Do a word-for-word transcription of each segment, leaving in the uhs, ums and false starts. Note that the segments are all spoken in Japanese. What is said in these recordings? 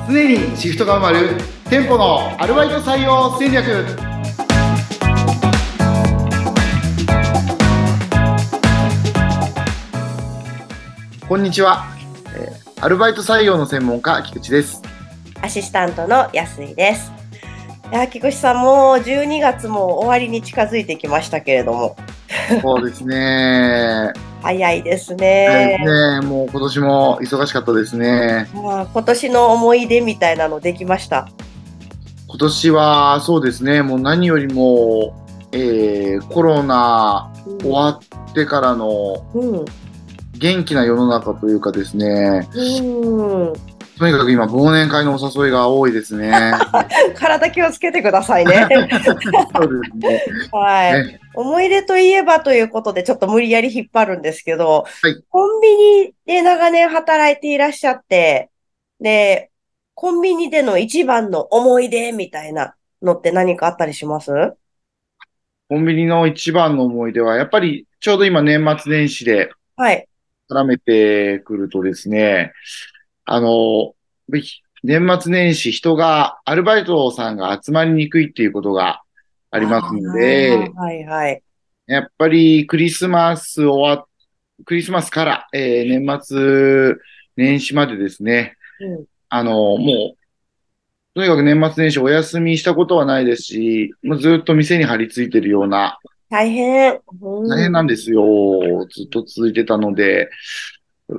常にシフトが埋まる店舗のアルバイト採用戦略。こんにちは、えー、アルバイト採用の専門家菊池です。 アシスタントの安井です。いや、菊池さん、もうじゅうにがつも終わりに近づいてきましたけれども。 そうですね。 早いです早いですね。 ね。もう今年も忙しかったですね。 まあ、今年の思い出みたいなのできました？ 今年はそうですね。もう何よりも、えー、コロナ終わってからのうん。 元気な世の中というかですね。 うん。 とにかく今忘年会のお誘いが多いですね。 体気をつけてくださいね。 そうですね。 はい。 ね、 思い出といえばということで、ちょっと無理やり引っ張るんですけど、 はい。 コンビニで長年働いていらっしゃって、で、コンビニでの一番の思い出みたいなのって何かあったりします？ コンビニの一番の思い出は、やっぱりちょうど今年末年始ではい。 絡めてくるとですね、あの、年末年始人が、アルバイトさんが集まりにくいっていうことがありあますのあ、 で、 はいはい。 やっぱりクリスマス終わっ、クリスマスから、えー年末年始までですね、 うん。 あの、もう、とにかく年末年始お休みしたことはないですし、もうずっと店に張り付いてるような、 大変。 大変うん。 なんですよ。ずっと続いてたので、うん、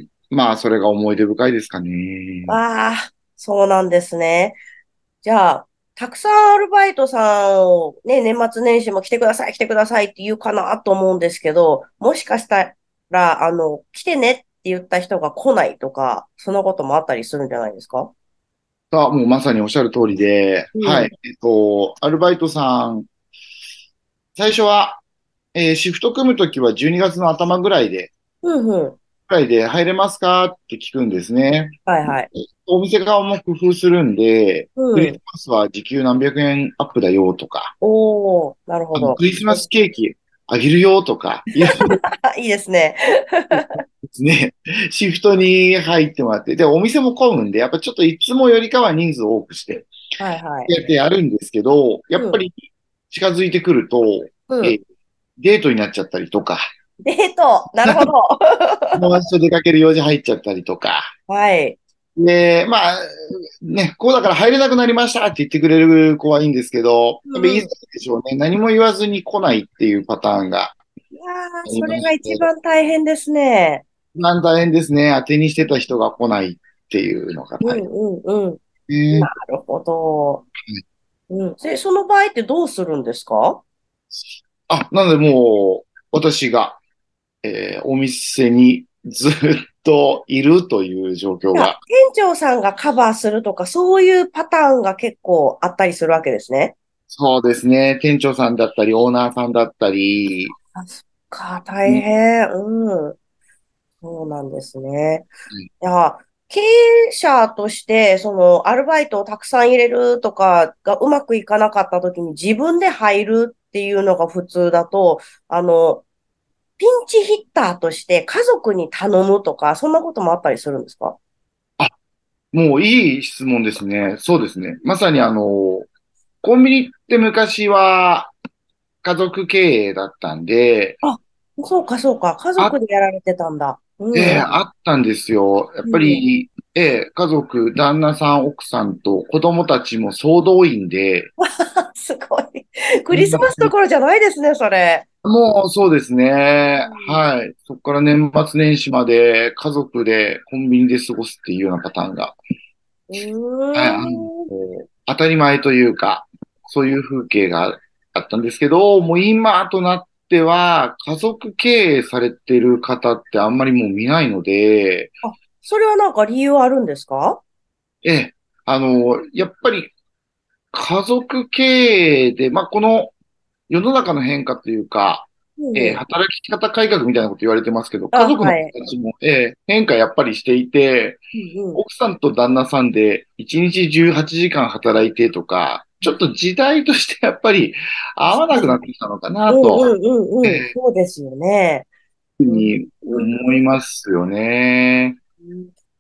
まあ、それが思い出深いですかね。 ああ、そうなんですね。じゃあ、たくさんアルバイトさんをね、年末年始も来てください、来てくださいって言うかなと思うんですけど、もしかしたら、あの、来てねって言った人が来ないとか、そんなこともあったりするんじゃないですか？ さあ、もうまさにおっしゃる通りで、 うん。 はい。えっと、アルバイトさん、最初は、えーシフト組むときはじゅうにがつの頭ぐらいで、 うんうん。 ぐらいで入れますかって聞くんですね。 はいはい。 お店側も工夫するんで、クリスうん。 マスは時給何百円アップだよとか、 おー、なるほあの、 ど。 クリスマスケーキあげるよとか、いろいろあ、いいですね。 ですね、シフトに入ってもらって、で、お店も混むんで、やっぱちょっといつもよりかは人数を多くして、 はいはい。 やってやるんですけど、やっうん。 ぱり近づいてくると、 うん。 えーデートになっちゃったりとか、 デート。なるほど。 友達と出かける用事入っちゃったりとか、 はい。 で、まあ、ね、こうだから入れなくなりましたって言ってくれる子はいいんですけど、やっぱ言いづらいうんうん。 でしょうね。何も言わずに来ないっていうパターンがあいやー、 りそれが一まして、 番大変ですね。 なん大変ですね。当てにしてた人が来ないっていうのが大うんうんうん。 変ね。 なるほど。うん。で、その場合ってどうするんですか？ あ、なのでもう、私が、えーお店にずっといるという状況いや、 が、 店長さんがカバーするとか、そういうパターンが結構あったりするわけですね。 そうですね。店長さんだったり、オーナーさんだったり、 あ、そっか、大ね、 変。うん。そうなんですね。 はい、 いや、経営者として、その、アルバイトをたくさん入れるとかがうまくいかなかった時に自分で入るっていうのが普通だと、あの、ピンチヒッターとして家族に頼むとか、そんなこともあったりするんですか？ あ、もういい質問ですね。そうですね。まさにあの、コンビニって昔は家族経営だったんで、 あ、そうか、そうか。家あ、 族でやられてたんだ。うええ、 んうん。 あったんですよ。やっぱうん。 り、ええ、家族、旦那さん、奥さんと子供たちも総動員で、 すごい。クリスマスどころじゃないですね、それ。 もうそうですうね。 ん。 はい。そこから年末年始まで家族でコンビニで過ごすっていうようなパターンが、 うはい、あの、 ーん。 こう当たり前というか、そういう風景があったんですけど、もう今となっては、家族経営されてる方ってあんまりもう見ないので、 あ、それはなんか理由あるんですか？ ええ、あの、やっぱり家族経営で、まあ、この世の中の変化というか、えーうんうん。 働き方改革みたいなこと言われてますけど、家あ、 族のはい。 形も、えー変化やっぱりしていて、 うんうん。 奥さんと旦那さんでいちにちじゅうはちじかん働いてとか、ちょっと時代としてやっぱり合わなくなっ確かに。 てきたのかうなと、 んうんうんうん。 えそうですよね。 ー、ふううん。 に思いますよね。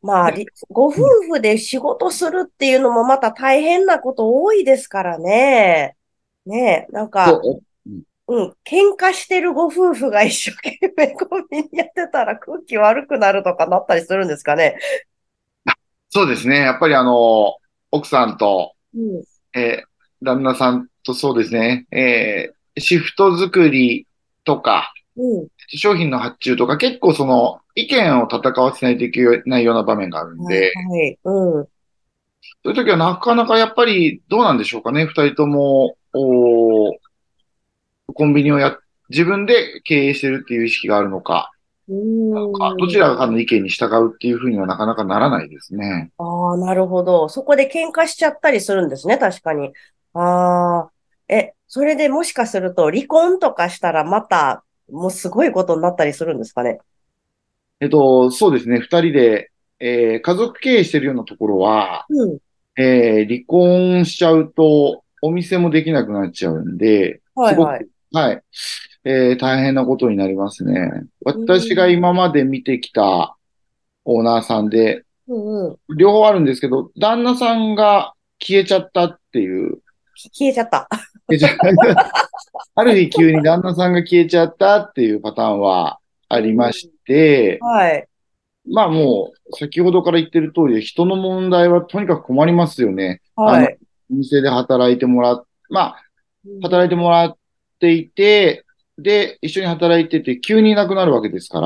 まあ、りご夫婦で仕事するっていうのもまた大変なこと多いですからね。ねえ、なんか、 そう。うん。 うん、喧嘩してるご夫婦が一生懸命コンビニやってたら空気悪くなるとかなったりするんですかね。 そうですね。やっぱりあの、奥さんと、 うん、 えー旦那さんとそうですね、えーシフト作りとか、 うん。 商品の発注とか、結構その、意見を戦わせないといけないような場面があるんはい、 で、 はい、うん。 そういう時はなかなかやっぱりどうなんでしょうかね。二人とも、おーコンビニをや、自分で経営してるっていう意識があるのか、 うかどーん。 ちらかの意見に従うっていうふうにはなかなかならないですね。 ああ、なるほど。そこで喧嘩しちゃったりするんですね、確かに。ああ、え、それでもしかすると離婚とかしたらまた、もうすごいことになったりするんですかね。 えっと、そうですね。二人で、えー家族経営してるようなところは、 うん。 えー離婚しちゃうと、お店もできなくなっちゃうんで、 はい、 すごく、 はい。 はい、えー大変なことになりますね。 う私がん、 今まで見てきたオーナーさんで、 うん、うん。 両方あるんですけど、旦那さんが消えちゃったっていう、 消えちゃった。 消えちゃある日急に旦那さんが消えちゃったっていうパターンはありまうん。 して、 はい。 まあもう、先ほどから言ってる通りで、人の問題はとにかく困りますよね。あの、 はい。 お店で働いてもらっ、まあ、 うん、 働いてもらっていて、で、一緒に働いてて、急にいなくなるわけですから、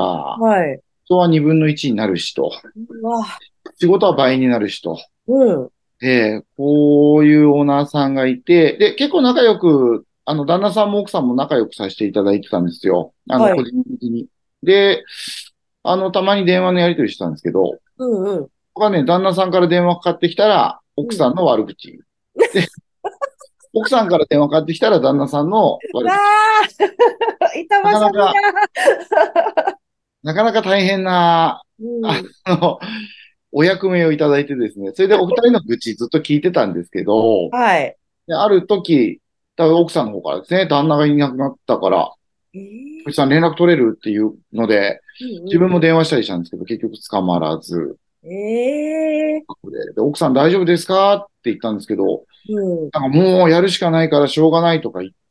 はい。 人は二分の一になるしと、 うわ、 仕事は倍になるしと、 うん。 で、こういうオーナーさんがいて、で、結構仲良く、あの、旦那さんも奥さんも仲良くさせていただいてたんですよ。あの、 はい。 個人的に。で、あの、たまに電話のやり取りしてたんですけど、 うん、うん。 僕はね、旦那さんから電話かかってきたら、 うん。 奥さんの悪口。で、奥さんから電話かかってきたら、旦那さんの悪わ口。 あ、板なかな挟みか、 だ。 なかなか大変な、 うあん。 の、お役目をいただいてですね、それでお二人の愚痴ずっと聞いてたんですけど、 はい。 である時、多分奥さんの方からですね、旦那がいなくなったから、 えー、 おじさん連絡取れるっていうので、自うん、 分も電話したりしたんですけど、結局捕まらず、 うん。ええで、で奥さん大丈夫ですかって言ったんですけど、 ー、うん。 なんかもうやるしかないからしょうがないとか言って、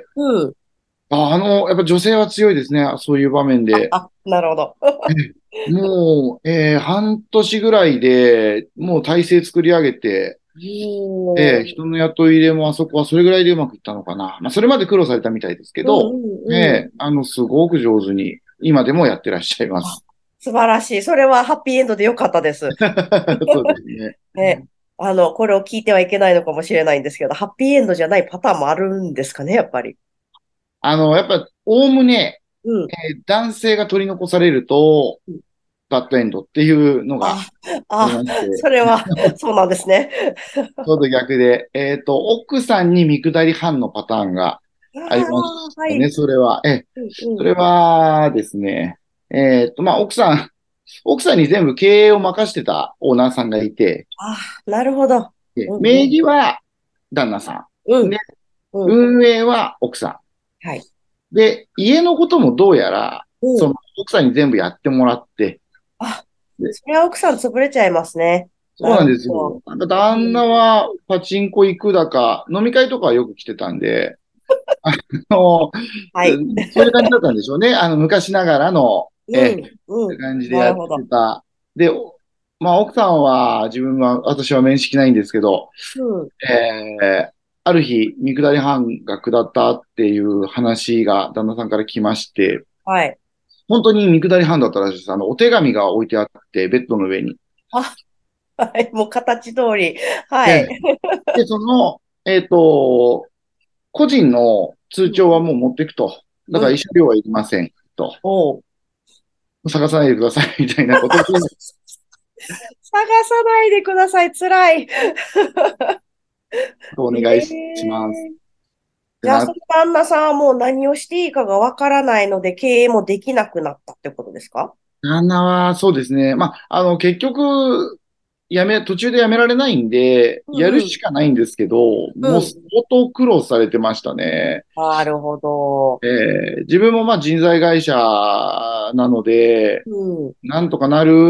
うん。 ああの、やっぱ女性は強いですね。そういう場面で。 あ、なるほど。 もう、えー半年ぐらいで、もう体制作り上げて、えーおー。 人の雇い入れもあそこはそれぐらいでうまくいったのかな。まあ、それまで苦労されたみたいですけうん、 ど、 うん、うん。 えーあの、すごく上手に、今でもやってらっしゃいまあ、 す。 素晴らしい。それはハッピーエンドでよかったです。 そうですね。 ね。あの、これを聞いてはいけないのかもしれないんですけど、ハッピーエンドじゃないパターンもあるんですかね、やっぱり。 あの、やっぱ、おおむね、 うん。 えー男性が取り残されると、バッドエンドっていうのがあ、 ありあ、 まして、 それは、そうなんですね。 ちょうど逆で、えっと、奥さんに見下り犯のパターンがあありまあ、 したね、 はい。 それは。え、 うん、うん。 それはですね、えっと、まあ、奥さん、奥さんに全部経営を任してたオーナーさんがいて、 あ、なるほど。 でうん、 名うん。 義は旦那さん。 うん、 で、 うん。 運営は奥さはい。 ん。で、家のこともどうやら、そのうん。 奥さんに全部やってもらって、 あ、 で、 それは奥さん潰れちゃいますね。なるそうなんですほよ。なんかど。 旦那うん。 はパチンコ行くだか、飲み会とかはよく来てたんで、の、 はい。 そういう感じだったんでしょうね。あの、昔ながらの、え、 うん、うん。 そういう感じでやっなるほど。 てた。で、まあ、奥さんは、自分は、私は面識ないんですけど、 うん。 えー、ある日、見下り班が下ったっていう話が旦那さんから来まして、 はい。 本当に見下り班だったらしいです。あの、お手紙が置いてあって、ベッドの上に。 あ、はい。もう形通り。はで、 い。 で、その、えっと、個人の通うん、 帳はもう持っていくと。だから、 うん。 慰謝料はいりません。と。 おう。 探さないでください、みたいなことで、 探さないでください。辛い。 お願いします。 ええ、 ってな、 じゃあ、その旦那さんはもう何をしていいかがわからないので、経営もできなくなったってことですか？ 旦那はそうですね。まあ、あの、結局、やめ、途中でやめられないんで、やるうん、うん。 しかないんですけど、もう相うん。 当苦労されてましたね。 なるほど。 えー自分もまあ人材会社なので、 うん。 なんとかなる。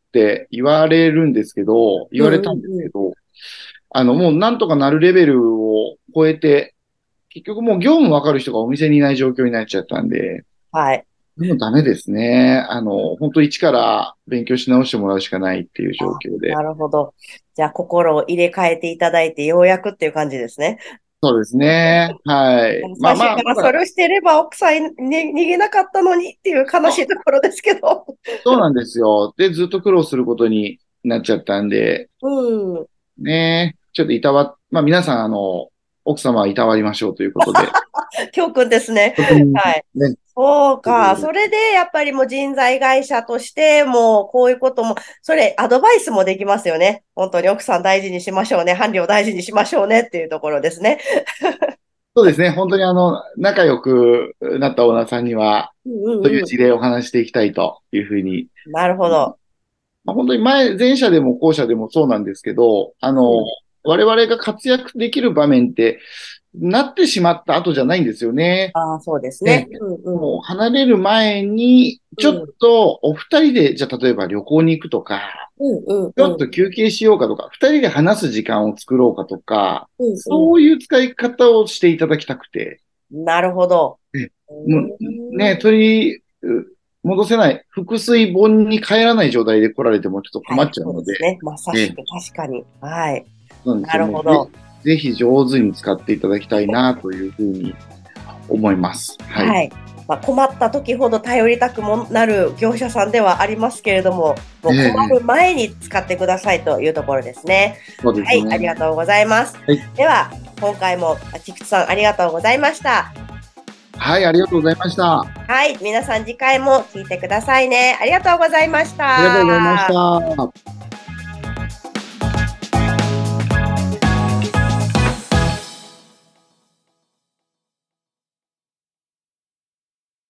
って言われるんですけど、言われたんですけど、あの、もうなんとかなるレベルを超えて、結局もう業務わかる人がお店にいない状況になっちゃったんで、 はい。 もうダメですね。あの、本当一から勉強し直してもらうしかないっていう状あ、 況で。 なるほど。じゃあ、心を入れ替えていただいて、ようやくっていう感じですね。 そうですね。はい。まあまあ、 最初からまだ、 それをしていれば奥さんに逃げなかったのにっていう悲しいところですけど。 そうなんですよ。で、ずっと苦労することになっちゃったんで、 うん。 ね、ちょっといたわ、まあ皆さん、あの、奥様はいたわりましょうということで。 教訓ですね。 特にはい。 ね、 そうか。それで、やっぱりもう人材会社として、もうこういうことも、それアドバイスもできますよね。本当に奥さん大事にしましょうね。伴侶を大事にしましょうねっていうところですね。 そうですね。本当にあの、仲良くなったオーナーさんには、 うんうんうそういう事例を話していきたいというふうに。 ん。なるほど。 まあ、本当に前、前者でも後者でもそうなんですけど、あの、 うん。 我々が活躍できる場面って、なってしまった後じゃないんですよね。 ああ、そうですええ、 ね。うんうん。 もう離れる前に、ちょっうん。 とお二人で、じゃあ例えば旅行に行くとか、 うんうんちょっうん。 と休憩しようかとか、二人で話す時間を作ろうかとか、 うんうそういう使い方をしていただきたくて、 ん。なるほど。 えうもうね、 ーん。 取り戻せない、腹水本に帰らない状態で来られてもちょっと困っはい、 ちゃうので、 そうですね。まさしえく確かに。はい。なそうなんですよ。もうぜ、 るほど。 ぜひ上手に使っていただきたいなというふうに思います。はい。 はい。まあ、困った時ほど頼りたくもなる業者さんではありますけれども、もえう困るえ、 前に使ってくださいというところですね。 そうではい、ありすね。 がとうございます。 はい。 では、今回も菊池さんありがとうございました。 はい、ありがとうございました。あはい、皆さん次回も聞いてくださいね。ありがとうございましりがとうございました。 た。